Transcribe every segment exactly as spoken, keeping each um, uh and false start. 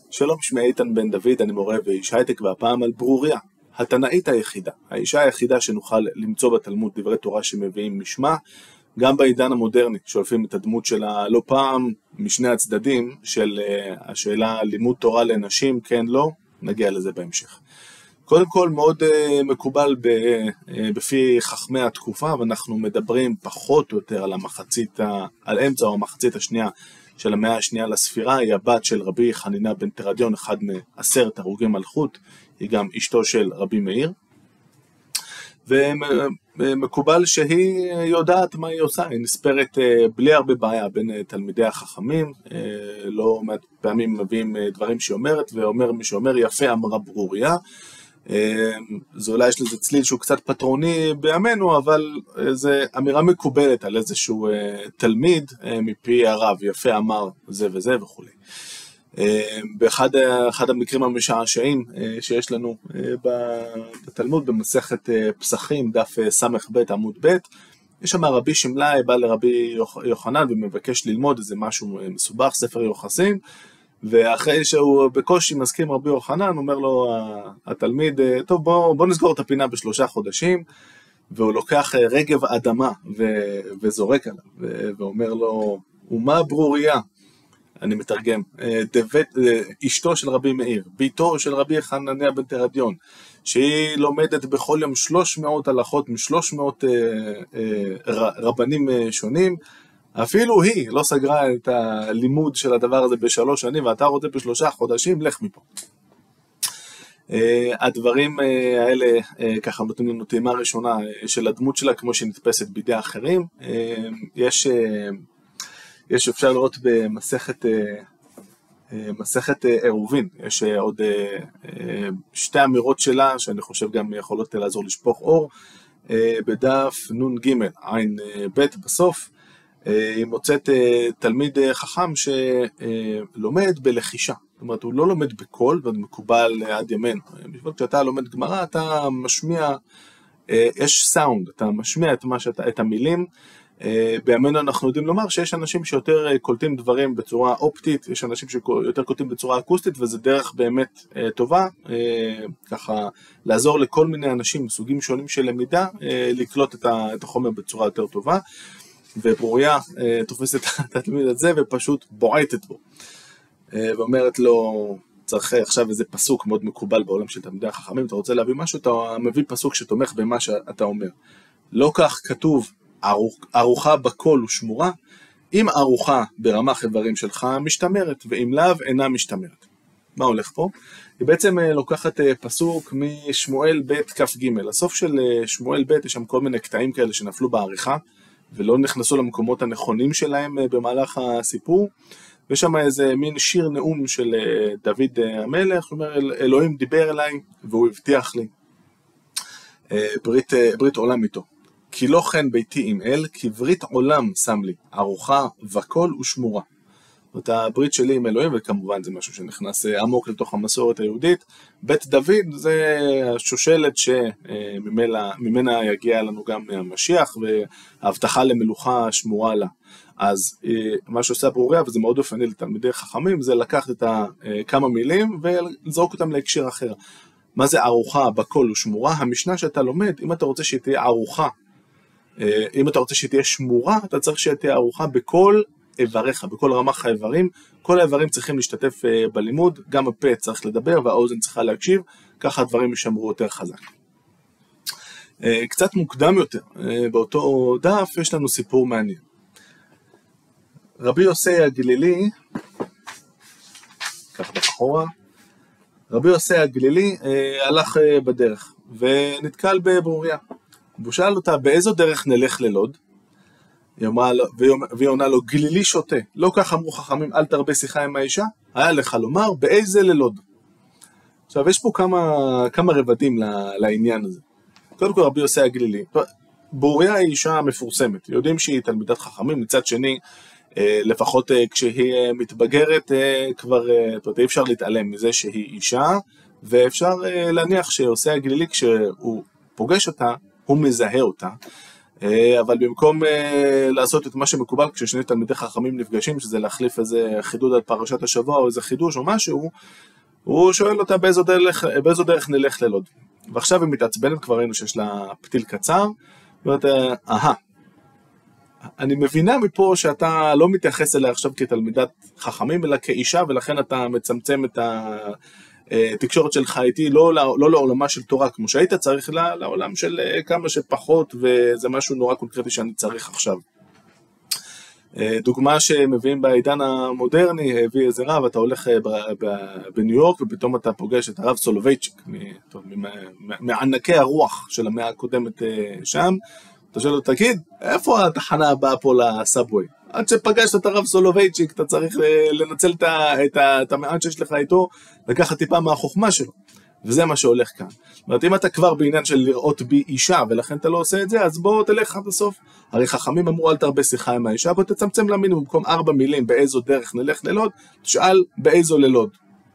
שלום, שמי איתן בן דוד, אני מורה ואיש הייטק, והפעם על ברוריה, התנאית היחידה, האישה היחידה שנוכל למצוא בתלמוד דברי תורה שמביאים משמע, גם בעידן המודרני, שולפים את הדמות שלה לא פעם משני הצדדים של השאלה לימוד תורה לנשים, כן, לא, נגיע לזה בהמשך. קודם כל מאוד מקובל בפי חכמי התקופה, ואנחנו מדברים פחות או יותר על המחצית, על אמצע או המחצית השנייה של המאה השנייה לספירה. היא הבת של רבי חנינה בן תרדיון, אחד מעשרת הרוגי מלכות, היא גם אשתו של רבי מאיר, ומקובל שהיא יודעת מה היא עושה, היא נספרת בלי הרבה בעיה בין תלמידי החכמים, לא מעט פעמים מביאים דברים שהיא אומרת, ואומר מי שאומר יפה אמרה ברוריה. זה אולי יש לזה צליל שהוא קצת פטרוני בימינו, אבל זה אמירה מקובלת על איזשהו תלמיד מפי הרב, יפה אמר זה וזה וכו'. באחד אחד המקרים המשעשעים שיש לנו בתלמוד, במסכת פסחים, דף סמך ב' עמוד ב', יש שם רבי שמלאי, בא לרבי יוחנן ומבקש ללמוד איזה משהו מסובך, ספר יוחסין, ואחרי שהוא בקושי מסכים רבי יוחנן, אומר לו התלמיד, טוב בוא, בוא נסגור את הפינה בשלושה חודשים, והוא לוקח רגב אדמה ו- וזורק עליו, ו- ואומר לו, ומה ברוריה? אני מתרגם, דבט, אשתו של רבי מאיר, ביתו של רבי חנניה בן תרדיון, שהיא לומדת בכל יום שלוש מאות הלכות משלוש מאות רבנים שונים, אפילו היא לא סגרה את הלימוד של הדבר הזה בשלוש שנים, ואתה רוצה בשלושה חודשים, לך מפה. הדברים האלה ככה נותנים לנו טעימה ראשונה של הדמות שלה, כמו שהיא נתפסת בידי האחרים. יש, יש אפשר לראות במסכת מסכת עירובין, יש עוד שתי אמירות שלה, שאני חושב גם יכולות לעזור לשפוך אור, בדף נון ג' עין ב' בסוף, היא מוצאת תלמיד חכם שלומד בלחישה, זאת אומרת הוא לא לומד בקול, וזה מקובל עד ימינו, כשאתה לומד גמרא אתה משמיע, יש סאונד, אתה משמיע את, שאתה, את המילים. בימינו אנחנו יודעים לומר שיש אנשים שיותר קולטים דברים בצורה אופטית, יש אנשים שיותר קולטים בצורה אקוסטית, וזה דרך באמת טובה, ככה לעזור לכל מיני אנשים, סוגים שונים של למידה, לקלוט את החומר בצורה יותר טובה. וברוריה תופסת את התלמיד הזה ופשוט בועטת בו, ואומרת לו, צריך עכשיו איזה פסוק מאוד מקובל בעולם של תלמידי החכמים, אתה רוצה להביא משהו, אתה מביא פסוק שתומך במה שאתה אומר. לא כך כתוב, ארוחה בקול ושמורה, אם ארוחה ברמ"ח איברים שלך משתמרת, ואם לאו אינה משתמרת. מה הולך פה? היא בעצם לוקחת פסוק משמואל ב' כ"ג. הסוף של שמואל ב' יש שם כל מיני קטעים כאלה שנפלו בעריכה, ולא נכנסו למקומות הנכונים שלהם במהלך הסיפור, ויש שם איזה מין שיר נאום של דוד המלך, הוא אומר, אלוהים דיבר אליי, והוא הבטיח לי ברית, ברית עולם איתו. כי לא כן ביתי עם אל, כי ברית עולם שם לי, ארוחה וקול ושמורה. זאת הברית שלי עם אלוהים, וכמובן זה משהו שנכנס עמוק לתוך המסורת היהודית. בית דוד זה השושלת שממנה יגיע לנו גם המשיח, וההבטחה למלוכה שמורה לה. אז מה שעושה ברוריה, וזה מאוד אופני לתלמידי חכמים, זה לקחת את כמה מילים ולזרוק אותם להקשר אחר. מה זה ארוחה בקול ושמורה? המשנה שאתה לומד, אם אתה רוצה שתהיה ארוחה, אם אתה רוצה שתהיה שמורה, אתה צריך שתהיה ארוחה בכל איבריך, בכל רמ"ח האיברים. כל האיברים צריכים להשתתף בלימוד, גם הפה צריך לדבר והאוזן צריכה להקשיב, ככה הדברים יישמרו יותר חזק. קצת מוקדם יותר, באותו דף יש לנו סיפור מעניין. רבי יוסי הגלילי, ככה בחורה, רבי יוסי הגלילי הלך בדרך ונתקל בברוריה, והוא שאל אותה, באיזו דרך נלך ללוד? והיא עונה לו, גלילי שותה, לא כך אמרו חכמים, אל תרבה שיחה עם האישה, היה לך לומר, באיזה ללוד? עכשיו יש פה כמה, כמה רבדים לעניין הזה. קודם כל רבי יוסי הגלילי, ברוריה היא אישה מפורסמת, יודעים שהיא תלמידת חכמים, מצד שני, לפחות כשהיא מתבגרת, כבר אי אפשר להתעלם מזה שהיא אישה, ואפשר להניח שיוסי הגלילי, כשהוא פוגש אותה, הוא מזהה אותה, אבל במקום לעשות את מה שמקובל כששני תלמידי חכמים נפגשים, שזה להחליף איזה חידוד על פרשת השבוע או איזה חידוש או משהו, הוא שואל אותה באיזו דרך, באיזו דרך נלך ללוד. ועכשיו היא מתעצבנת, כבר ראינו שיש לה פתיל קצר, ואומרת, אהה, אני מבינה מפה שאתה לא מתייחס אליה עכשיו כתלמידת חכמים, אלא כאישה, ולכן אתה מצמצם את התקשורת שלך איתי, לא, לא לעולמה של תורה, כמו שהיית צריך, לעולם של כמה שפחות, וזה משהו נורא קונקרטי שאני צריך עכשיו. דוגמה שמביאים בעידן המודרני, הביא איזה רב, אתה הולך בניו יורק, ופתאום אתה פוגש את הרב סולובייצ'יק, מענקי הרוח של המאה הקודמת שם, אתה שואל לו, תגיד, איפה התחנה הבאה פה לסאבווי? עד שפגשת את הרב סולובייצ'יק, אתה צריך לנצל את, את, את המעט שיש לך איתו, לקחת טיפה מהחוכמה שלו. וזה מה שהולך כאן. זאת אומרת, אם אתה כבר בעניין של לראות בי אישה, ולכן אתה לא עושה את זה, אז בוא תלך עד הסוף. הרי חכמים אמרו, אל תרבה שיחה עם האישה, בוא תצמצם למינימום, במקום ארבע מילים, באיזו דרך נלך ללוד, תשאל באיזו ללוד.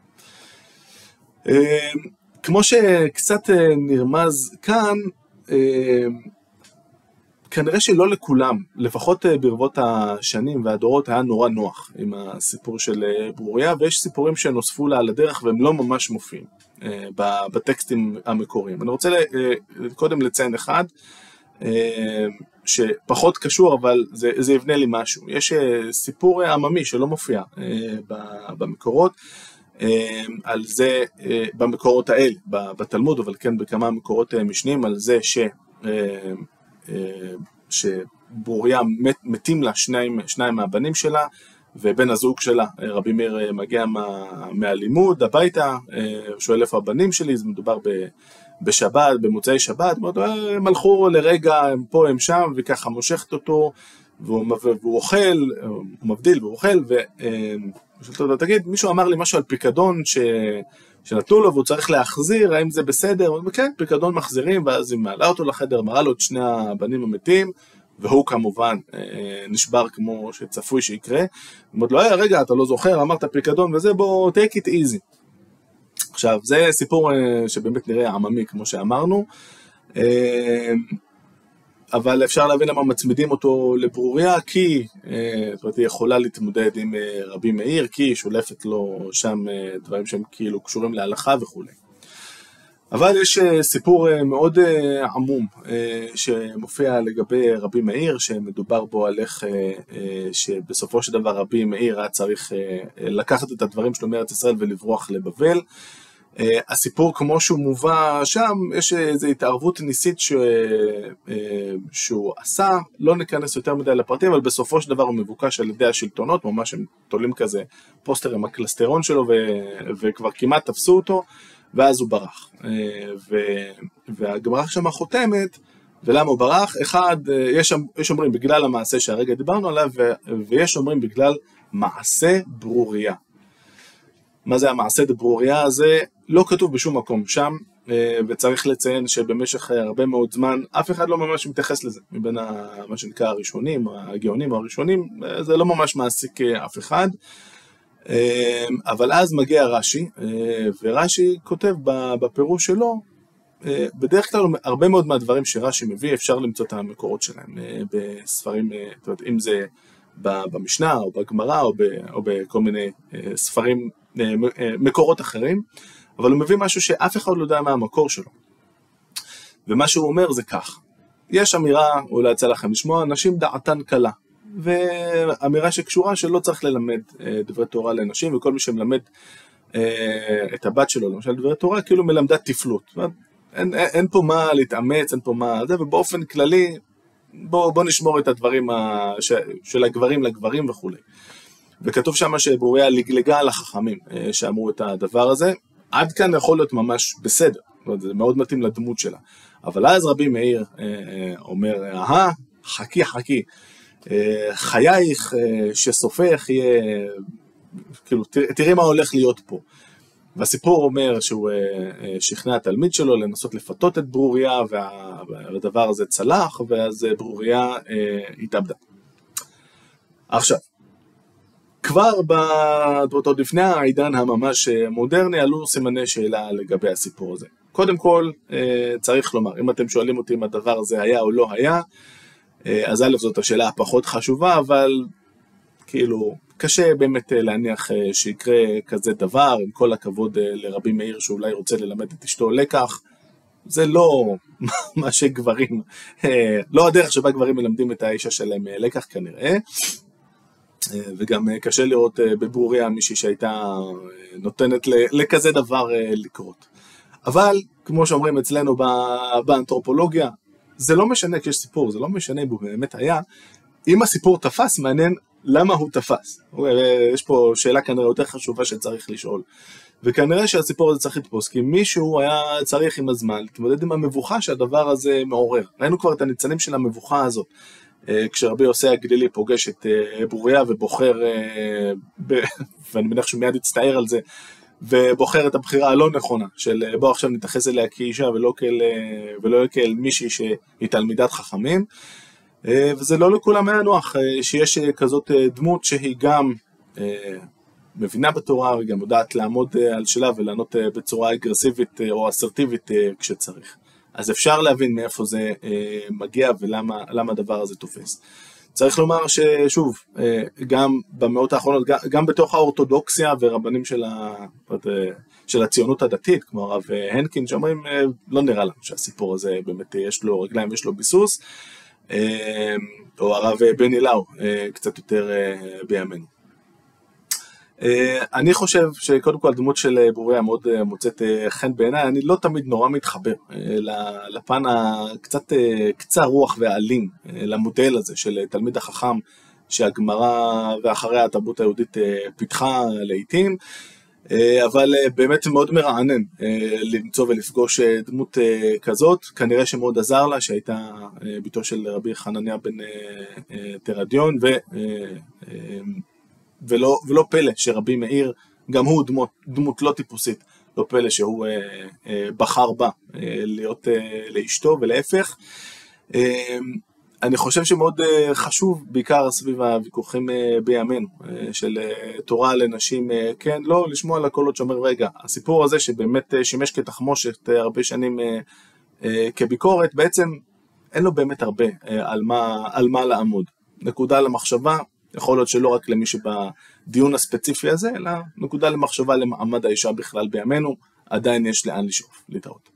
כמו שקצת נרמז כאן, כנראה שלא לכולם, לפחות ברבות השנים והדורות היה נורא נוח עם הסיפור של ברוריה, ויש סיפורים שנוספו לה על הדרך והם לא ממש מופיעים בטקסטים המקוריים. אני רוצה קודם לציין אחד, שפחות קשור, אבל זה, זה יבנה לי משהו. יש סיפור עממי שלא מופיע במקורות, על זה, במקורות האלה, בתלמוד, אבל כן בכמה מקורות משנים, על זה ש... שברוריה מת, מתים לה שניים, שניים מהבנים שלה, ובן הזוג שלה, רבי מאיר, מגיע מה, מהלימוד הביתה, שואל איפה הבנים שלי, זה מדובר ב, בשבת, במוצאי שבת, הם הלכו לרגע, הם פה, הם שם, וככה מושכת אותו, והוא, והוא אוכל, הוא מבדיל והוא אוכל, ושאלת, תגיד, מישהו אמר לי משהו על פיקדון ש... שנתנו לו והוא צריך להחזיר, האם זה בסדר? הוא אומר, כן, פיקדון מחזירים, ואז היא מעלה אותו לחדר, מראה לו את שני הבנים המתים, והוא כמובן נשבר כמו שצפוי שיקרה. הוא אומר לו, רגע, אתה לא זוכר, אמרת פיקדון וזה, בוא, take it easy. עכשיו, זה סיפור שבאמת נראה עממי, כמו שאמרנו, אבל אפשר להבין למה מצמידים אותו לברוריה, כי זאת אומרת, היא יכולה להתמודד עם רבי מאיר, כי היא שולפת לו שם דברים שהם כאילו קשורים להלכה וכו'. אבל יש סיפור מאוד עמום שמופיע לגבי רבי מאיר, שמדובר בו על איך שבסופו של דבר רבי מאיר היה צריך לקחת את הדברים שלו מארץ ישראל ולברוח לבבל. הסיפור כמו שהוא מובא שם, יש איזו התערבות ניסית ש... שהוא עשה, לא ניכנס יותר מדי לפרטים, אבל בסופו של דבר הוא מבוקש על ידי השלטונות, ממש הם תולים כזה פוסטר עם הקלסטרון שלו, ו... וכבר כמעט תפסו אותו, ואז הוא ברח. ו... והגמרא שם חותמת, ולמה הוא ברח? אחד, יש, יש אומרים בגלל המעשה שהרגע דיברנו עליו, ו... ויש אומרים בגלל מעשה ברוריה. מה זה המעשה דברוריה הזה? לא כתוב בשום מקום שם, וצריך לציין שבמשך הרבה מאוד זמן, אף אחד לא ממש מתייחס לזה, מבין מה שנקרא הראשונים, הגאונים או הראשונים, זה לא ממש מעסיק אף אחד, אבל אז מגיע רש"י, ורש"י כותב בפירוש שלו, בדרך כלל הרבה מאוד מהדברים שרש"י מביא, אפשר למצוא את המקורות שלהם, בספרים, אם זה במשנה או בגמרא או, או בכל מיני ספרים, מקורות אחרים, אבל הוא מביא משהו שאף אחד לא יודע מה המקור שלו. ומה שהוא אומר זה כך, יש אמירה, אולי יצא לכם לשמוע, אנשים דעתן קלה, ואמירה שקשורה שלא צריך ללמד דברי תורה לאנשים, וכל מי שמלמד את הבת שלו, למשל דברי תורה, כאילו מלמדת תפלות. אין, אין פה מה להתאמץ, אין פה מה זה, ובאופן כללי, בוא, בוא נשמור את הדברים של הגברים לגברים וכו'. וכתוב שם שברוריה לגלגה על החכמים שאמרו את הדבר הזה, עד כאן יכול להיות ממש בסדר, זה מאוד מתאים לדמות שלה. אבל אז רבי מאיר אומר, אהה, חכי חכי, חייך שסופך יהיה, כאילו, תראי מה הולך להיות פה. והסיפור אומר שהוא שכנע התלמיד שלו לנסות לפתות את ברוריה, והדבר הזה צלח, ואז ברוריה התאבדה. עכשיו, כבר עוד לפני העידן הממש מודרני, עלו סימני שאלה לגבי הסיפור הזה. קודם כל, צריך לומר, אם אתם שואלים אותי אם הדבר הזה היה או לא היה, אז א' זאת השאלה הפחות חשובה, אבל כאילו קשה באמת להניח שיקרה כזה דבר, עם כל הכבוד לרבי מאיר שאולי רוצה ללמד את אשתו לקח, זה לא מה שגברים, לא הדרך שבה גברים מלמדים את האישה שלהם לקח כנראה, וגם קשה לראות בברוריה מישהי שהייתה נותנת לכזה דבר לקרות. אבל כמו שאומרים אצלנו באנתרופולוגיה, זה לא משנה כשיש סיפור, זה לא משנה אם הוא באמת היה, אם הסיפור תפס, מעניין למה הוא תפס. יש פה שאלה כנראה יותר חשובה שצריך לשאול. וכנראה שהסיפור הזה צריך לתפוס, כי מישהו היה צריך עם הזמן להתמודד עם המבוכה שהדבר הזה מעורר. ראינו כבר את הניצנים של המבוכה הזאת, כשרבי יוסי הגלילי פוגש את ברוריה ובוחר, ואני מניח שהוא מיד יצטער על זה, ובוחר את הבחירה הלא נכונה, של בוא עכשיו נתייחס אליה כאישה ולא כאל, ולא כאל מישהי שהיא תלמידת חכמים, וזה לא לכולם היה נוח שיש כזאת דמות שהיא גם מבינה בתורה וגם יודעת לעמוד על שלה ולענות בצורה אגרסיבית או אסרטיבית כשצריך. אז אפשר להבין מאיפה זה מגיע ולמה למה הדבר הזה תופס. צריך לומר ששוב, גם במאות האחרונות, גם בתוך האורתודוקסיה ורבנים של, ה, של הציונות הדתית, כמו הרב הנקין, שאומרים, לא נראה לנו שהסיפור הזה באמת יש לו רגליים ויש לו ביסוס, או הרב בני לאו, קצת יותר בימינו. אני חושב שקודם כל הדמות של ברוריה מאוד מוצאת חן בעיניי, אני לא תמיד נורא מתחבר לפן הקצת קצר רוח והאלים, למודל הזה של תלמיד החכם שהגמרא ואחריה התרבות היהודית פיתחה לעתים, אבל באמת מאוד מרענן למצוא ולפגוש דמות כזאת, כנראה שמאוד עזר לה שהייתה ביתו של רבי חנניה בן תרדיון, ו... ולא, ולא פלא שרבי מאיר, גם הוא דמות, דמות לא טיפוסית, לא פלא שהוא אה, אה, בחר בה אה, להיות אה, לאשתו ולהפך. אה, אני חושב שמאוד אה, חשוב, בעיקר סביב הוויכוחים אה, בימינו, אה, של אה, תורה לנשים, אה, כן, לא, לשמוע על הקולות שאומר, רגע, הסיפור הזה שבאמת אה, שימש כתחמושת אה, הרבה שנים אה, אה, כביקורת, בעצם אין לו באמת הרבה אה, על, מה, על מה לעמוד. נקודה למחשבה, יכול להיות שלא רק למי שבדיון הספציפי הזה, אלא נקודה למחשבה למעמד האישה בכלל בימינו, עדיין יש לאן לשאוף, להתראות.